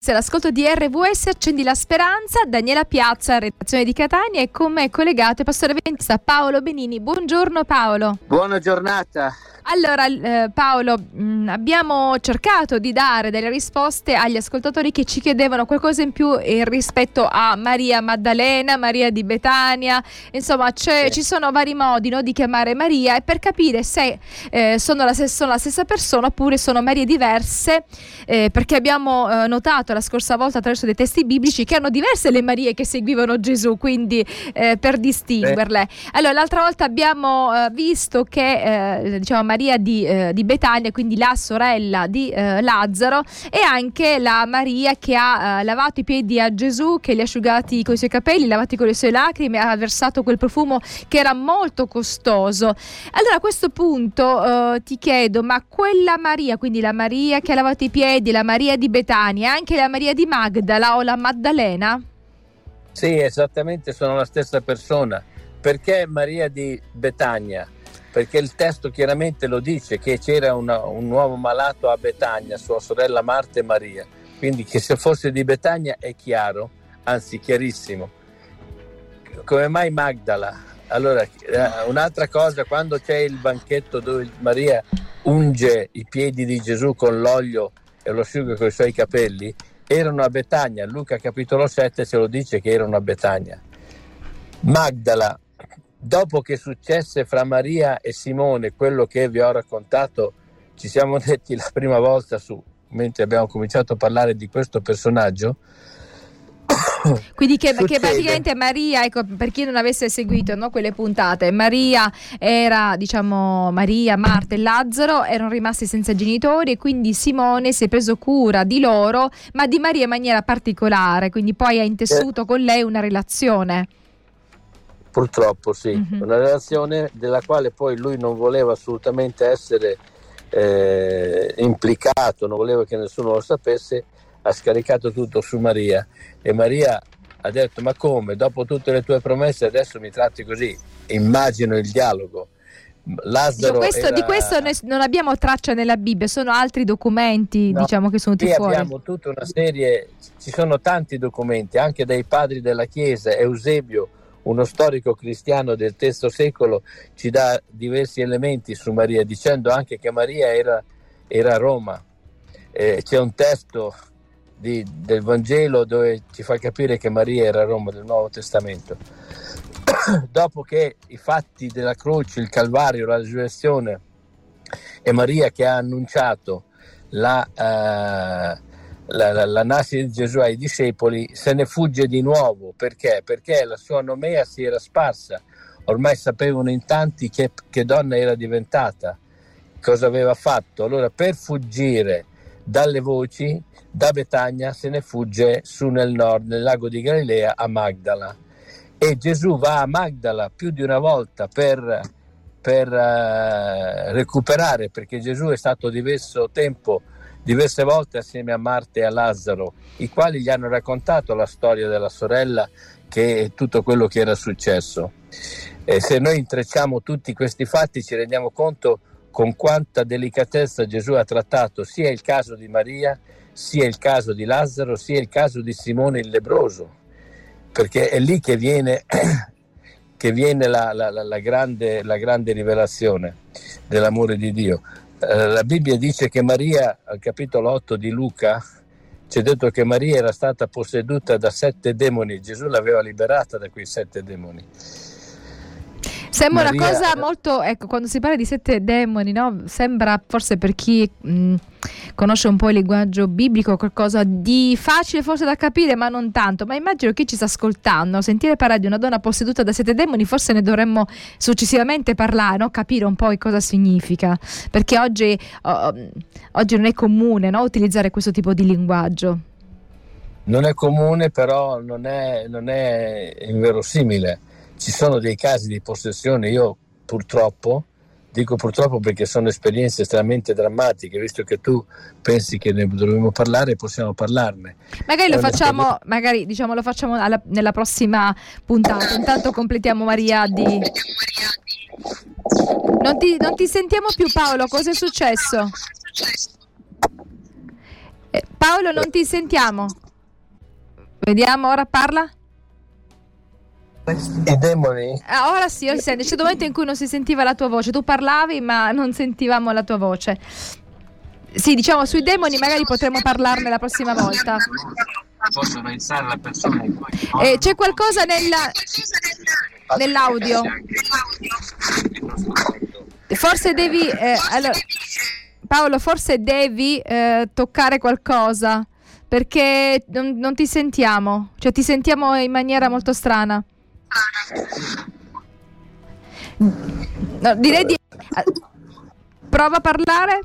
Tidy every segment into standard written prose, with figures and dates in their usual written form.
Questo è l'ascolto di RVS, Accendi la Speranza. Daniela Piazza, redazione di Catania, e con me è collegato il pastore adventista Paolo Benini. Buongiorno Paolo. Buona giornata. Allora Paolo, abbiamo cercato di dare delle risposte agli ascoltatori che ci chiedevano qualcosa in più rispetto a Maria Maddalena, Maria di Betania. Insomma ci sono vari modi, no, di chiamare Maria, e per capire se sono la stessa persona oppure sono Marie diverse, perché abbiamo notato la scorsa volta attraverso dei testi biblici che erano diverse le Marie che seguivano Gesù, quindi per distinguerle. Allora l'altra volta abbiamo visto che Maria di Betania, quindi la sorella di Lazzaro, e anche la Maria che ha lavato i piedi a Gesù, che li ha asciugati con i suoi capelli, lavati con le sue lacrime, ha versato quel profumo che era molto costoso. Allora a questo punto ti chiedo, ma quella Maria, quindi la Maria che ha lavato i piedi, la Maria di Betania, anche la Maria di Magdala o la Maddalena? Sì, esattamente, sono la stessa persona. Perché Maria di Betania? Perché il testo chiaramente lo dice, che c'era un uomo malato a Betania, sua sorella Marta e Maria. Quindi che se fosse di Betania è chiaro, anzi chiarissimo. Come mai Magdala? Allora, un'altra cosa, quando c'è il banchetto dove Maria unge i piedi di Gesù con l'olio e lo asciuga con i suoi capelli, erano a Betania. Luca capitolo 7 ce lo dice che erano a Betania. Magdala, dopo che successe fra Maria e Simone quello che vi ho raccontato, ci siamo detti la prima volta mentre abbiamo cominciato a parlare di questo personaggio. Quindi che praticamente Maria, ecco, per chi non avesse seguito, no, quelle puntate, Maria era, Maria, Marta e Lazzaro erano rimasti senza genitori, e quindi Simone si è preso cura di loro, ma di Maria in maniera particolare, quindi poi ha intessuto con lei una relazione. Purtroppo sì, una relazione della quale poi lui non voleva assolutamente essere implicato, non voleva che nessuno lo sapesse, ha scaricato tutto su Maria, e Maria ha detto: ma come, dopo tutte le tue promesse adesso mi tratti così? Immagino il dialogo. Lazzaro di questo noi non abbiamo traccia nella Bibbia, sono altri documenti, che sono venuti fuori. Abbiamo tutta una serie, ci sono tanti documenti anche dai padri della Chiesa. Eusebio, uno storico cristiano del III secolo, ci dà diversi elementi su Maria, dicendo anche che Maria era a Roma. C'è un testo del Vangelo dove ci fa capire che Maria era a Roma, del Nuovo Testamento. Dopo che i fatti della croce, il Calvario, la resurrezione, e Maria che ha annunciato la nascita di Gesù ai discepoli, se ne fugge di nuovo. Perché? Perché la sua nomea si era sparsa, ormai sapevano in tanti che donna era diventata, cosa aveva fatto. Allora, per fuggire dalle voci, da Betania se ne fugge su nel nord, nel lago di Galilea, a Magdala, e Gesù va a Magdala più di una volta per recuperare, perché Gesù è stato diverse volte assieme a Marta e a Lazzaro, i quali gli hanno raccontato la storia della sorella, che tutto quello che era successo. E se noi intrecciamo tutti questi fatti ci rendiamo conto con quanta delicatezza Gesù ha trattato sia il caso di Maria, sia il caso di Lazzaro, sia il caso di Simone il lebbroso, perché è lì che viene la grande rivelazione dell'amore di Dio. La Bibbia dice che Maria, al capitolo 8 di Luca, c'è detto che Maria era stata posseduta da 7 demoni. Gesù l'aveva liberata da quei 7 demoni. Sembra una cosa molto, ecco, quando si parla di 7 demoni, no? Sembra, forse per chi conosce un po' il linguaggio biblico, qualcosa di facile forse da capire, ma non tanto. Ma immagino chi ci sta ascoltando, sentire parlare di una donna posseduta da 7 demoni, forse ne dovremmo successivamente parlare, no? Capire un po' cosa significa, perché oggi non è comune, no? Utilizzare questo tipo di linguaggio. Non è comune, però non è inverosimile. Ci sono dei casi di possessione, io purtroppo, dico purtroppo perché sono esperienze estremamente drammatiche, visto che tu pensi che ne dovremmo parlare, possiamo parlarne. Magari lo facciamo nella prossima puntata. Intanto completiamo Maria di... Non ti sentiamo più, Paolo, cosa è successo? Paolo, non ti sentiamo. Vediamo, ora parla. I demoni? Ora sì, ora si sente. C'è un momento in cui non si sentiva la tua voce. Tu parlavi, ma non sentivamo la tua voce. Sì, diciamo, sui demoni magari potremo parlarne la prossima volta. Possono aizzare la persona in c'è qualcosa nell'audio. Forse devi allora, Paolo, forse devi toccare qualcosa, perché non ti sentiamo, cioè ti sentiamo in maniera molto strana. No, direi di prova a parlare.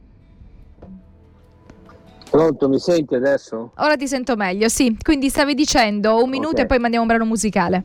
Pronto, mi senti adesso? Ora ti sento meglio, sì. Quindi stavi dicendo un minuto, okay, e poi mandiamo un brano musicale.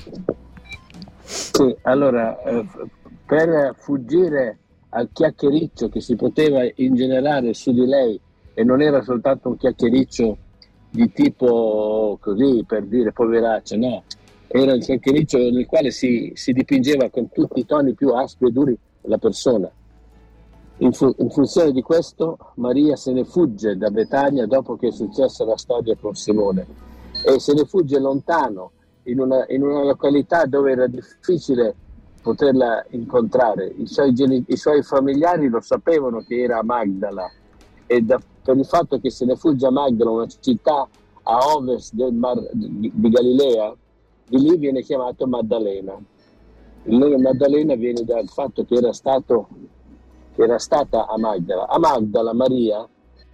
Sì, allora, per fuggire al chiacchiericcio che si poteva ingenerare su di lei, e non era soltanto un chiacchiericcio di tipo così, per dire poveraccia, no, era il chiacchiericcio nel quale si dipingeva con tutti i toni più aspri e duri la persona. In funzione di questo, Maria se ne fugge da Betania dopo che è successa la storia con Simone, e se ne fugge lontano in una località dove era difficile poterla incontrare. I suoi familiari lo sapevano che era a Magdala, e per il fatto che se ne fugge a Magdala, una città a ovest del mar di Galilea, di lì viene chiamato Maddalena. Il nome Maddalena viene dal fatto che era stata a Magdala. A Magdala Maria,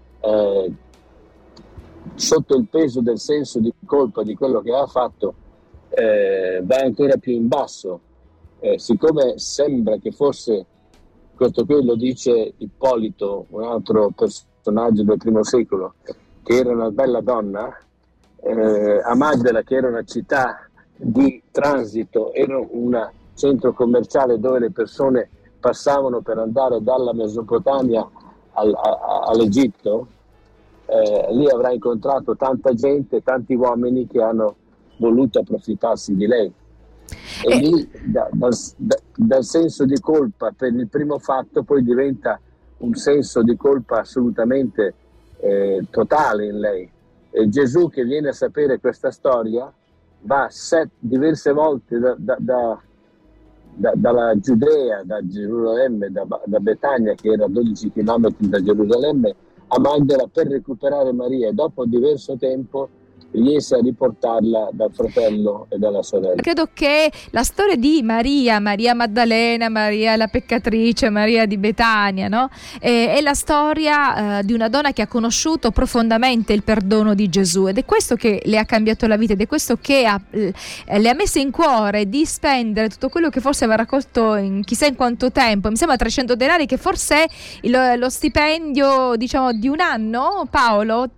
sotto il peso del senso di colpa di quello che aveva fatto, va ancora più in basso. Siccome sembra che fosse, questo qui lo dice Ippolito, un altro personaggio del I secolo, che era una bella donna, a Magdala, che era una città di transito, era un centro commerciale dove le persone passavano per andare dalla Mesopotamia all'Egitto, lì avrà incontrato tanta gente, tanti uomini che hanno voluto approfittarsi di lei. E lì dal senso di colpa per il primo fatto poi diventa un senso di colpa assolutamente totale in lei. E Gesù, che viene a sapere questa storia, va diverse volte dalla Giudea, da Gerusalemme, da Betania, che era a 12 km da Gerusalemme, a Magdala per recuperare Maria, e dopo diverso tempo riesce a riportarla dal fratello e dalla sorella. Credo che la storia di Maria Maddalena, Maria la peccatrice, Maria di Betania, no? È la storia di una donna che ha conosciuto profondamente il perdono di Gesù, ed è questo che le ha cambiato la vita, ed è questo che le ha messo in cuore di spendere tutto quello che forse aveva raccolto in chissà in quanto tempo, mi sembra 300 denari, che forse è lo stipendio, diciamo, di un anno, Paolo?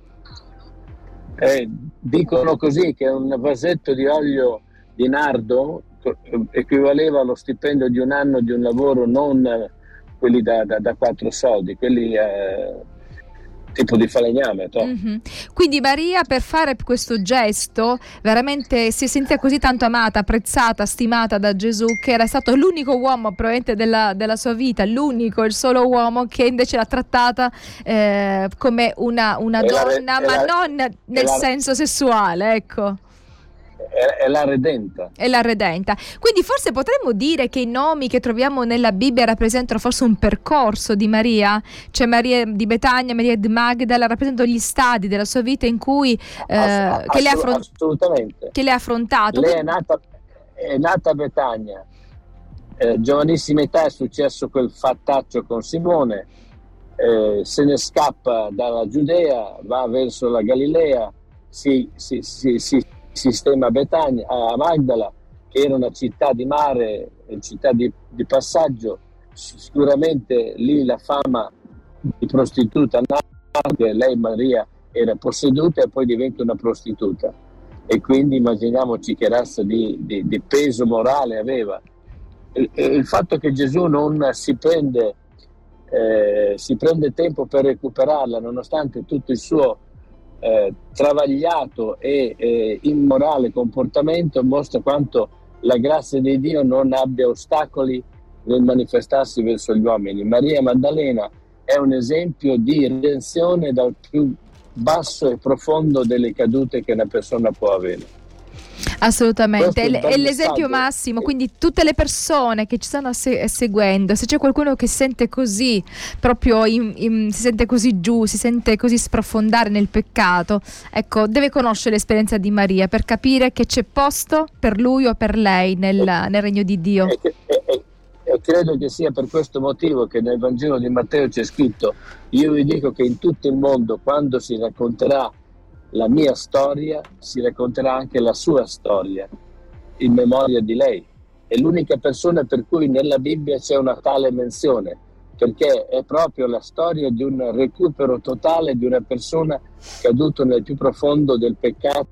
Dicono così che un vasetto di olio di nardo equivaleva allo stipendio di un anno di un lavoro, non quelli da 4 soldi, quelli tipo di falegname. Mm-hmm. Quindi Maria, per fare questo gesto, veramente si è sentita così tanto amata, apprezzata, stimata da Gesù, che era stato l'unico uomo probabilmente della sua vita, il solo uomo che invece l'ha trattata come una donna, ma non nel senso sessuale, ecco. È la redenta. È la redenta. Quindi forse potremmo dire che i nomi che troviamo nella Bibbia rappresentano forse un percorso di Maria, cioè Maria di Betania, Maria di Magdala rappresentano gli stadi della sua vita in cui assolutamente. Che le ha affrontato. Lei è nata a Betania, giovanissima età è successo quel fattaccio con Simone, se ne scappa dalla Giudea, va verso la Galilea, si sistema a Betania, a Magdala, che era una città di mare, città di passaggio. Sicuramente lì la fama di prostituta nasce, lei Maria era posseduta e poi diventa una prostituta, e quindi immaginiamoci che razza di peso morale aveva. Il fatto che Gesù non si prende tempo per recuperarla, nonostante tutto il suo travagliato e immorale comportamento, mostra quanto la grazia di Dio non abbia ostacoli nel manifestarsi verso gli uomini. Maria Maddalena è un esempio di redenzione dal più basso e profondo delle cadute che una persona può avere. Assolutamente, è l'esempio messaggio. massimo, quindi tutte le persone che ci stanno seguendo, se c'è qualcuno che si sente così, proprio si sente così giù, si sente così sprofondare nel peccato, ecco, deve conoscere l'esperienza di Maria per capire che c'è posto per lui o per lei nel regno di Dio. E credo che sia per questo motivo che nel Vangelo di Matteo c'è scritto: io vi dico che in tutto il mondo, quando si racconterà la mia storia, si racconterà anche la sua storia in memoria di lei. È l'unica persona per cui nella Bibbia c'è una tale menzione, perché è proprio la storia di un recupero totale di una persona caduta nel più profondo del peccato,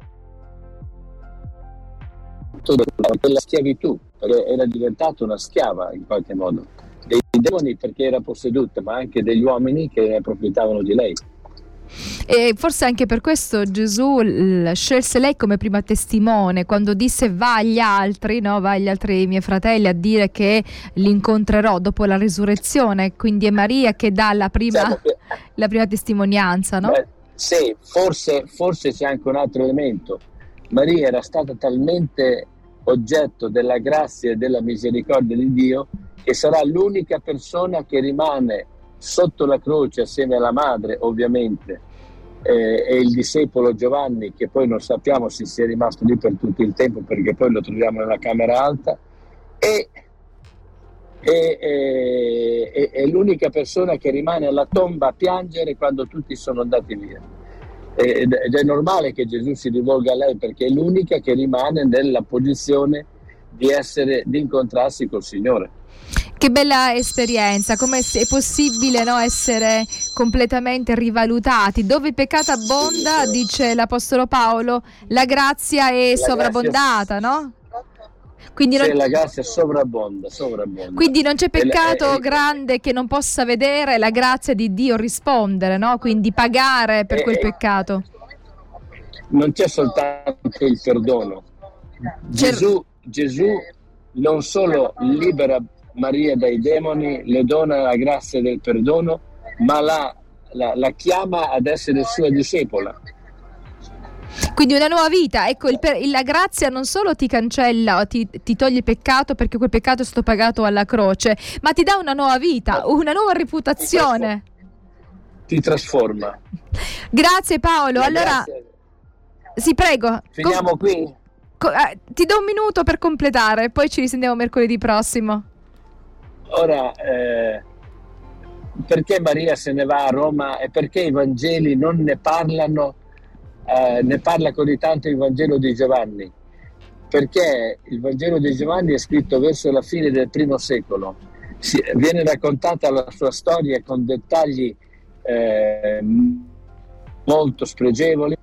della schiavitù, perché era diventata una schiava in qualche modo, dei demoni perché era posseduta, ma anche degli uomini che ne approfittavano di lei. E forse anche per questo Gesù scelse lei come prima testimone, quando disse va agli altri miei fratelli a dire che li incontrerò dopo la risurrezione, quindi è Maria che dà la prima testimonianza, no? Sì, forse c'è anche un altro elemento. Maria era stata talmente oggetto della grazia e della misericordia di Dio che sarà l'unica persona che rimane sotto la croce assieme alla madre, ovviamente, e il discepolo Giovanni, che poi non sappiamo se sia rimasto lì per tutto il tempo, perché poi lo troviamo nella camera alta, e è l'unica persona che rimane alla tomba a piangere quando tutti sono andati via. Ed è normale che Gesù si rivolga a lei, perché è l'unica che rimane nella posizione di incontrarsi col Signore. Che bella esperienza, come è possibile, no, essere completamente rivalutati. Dove il peccato abbonda, dice l'Apostolo Paolo, la grazia è sovrabbondata, no? Quindi la grazia sovrabbonda. Quindi non c'è peccato grande che non possa vedere la grazia di Dio rispondere, no? Quindi pagare per quel peccato. Non c'è soltanto il perdono. Gesù non solo libera Maria dai demoni, le dona la grazia del perdono, ma la chiama ad essere sua discepola. Quindi una nuova vita, ecco, la grazia non solo ti cancella o ti toglie il peccato, perché quel peccato è stato pagato alla croce, ma ti dà una nuova vita, una nuova reputazione. Ti trasforma. Grazie Paolo. Allora, sì, prego. Finiamo qui? Ti do un minuto per completare, poi ci risentiamo mercoledì prossimo. Ora, perché Maria se ne va a Roma e perché i Vangeli non ne parlano? Ne parla così tanto il Vangelo di Giovanni, perché il Vangelo di Giovanni è scritto verso la fine del I secolo, viene raccontata la sua storia con dettagli molto spregevoli,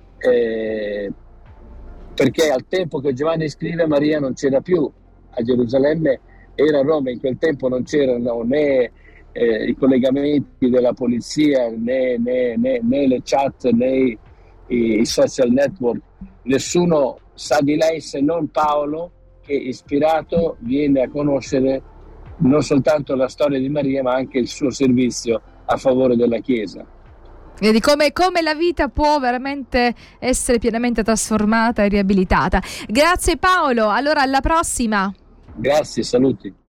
perché al tempo che Giovanni scrive Maria non c'era più a Gerusalemme, era a Roma. In quel tempo non c'erano né i collegamenti della polizia, né le chat, né i social network. Nessuno sa di lei se non Paolo, che ispirato viene a conoscere non soltanto la storia di Maria, ma anche il suo servizio a favore della Chiesa. Vedi come la vita può veramente essere pienamente trasformata e riabilitata. Grazie Paolo, allora alla prossima. Grazie, saluti.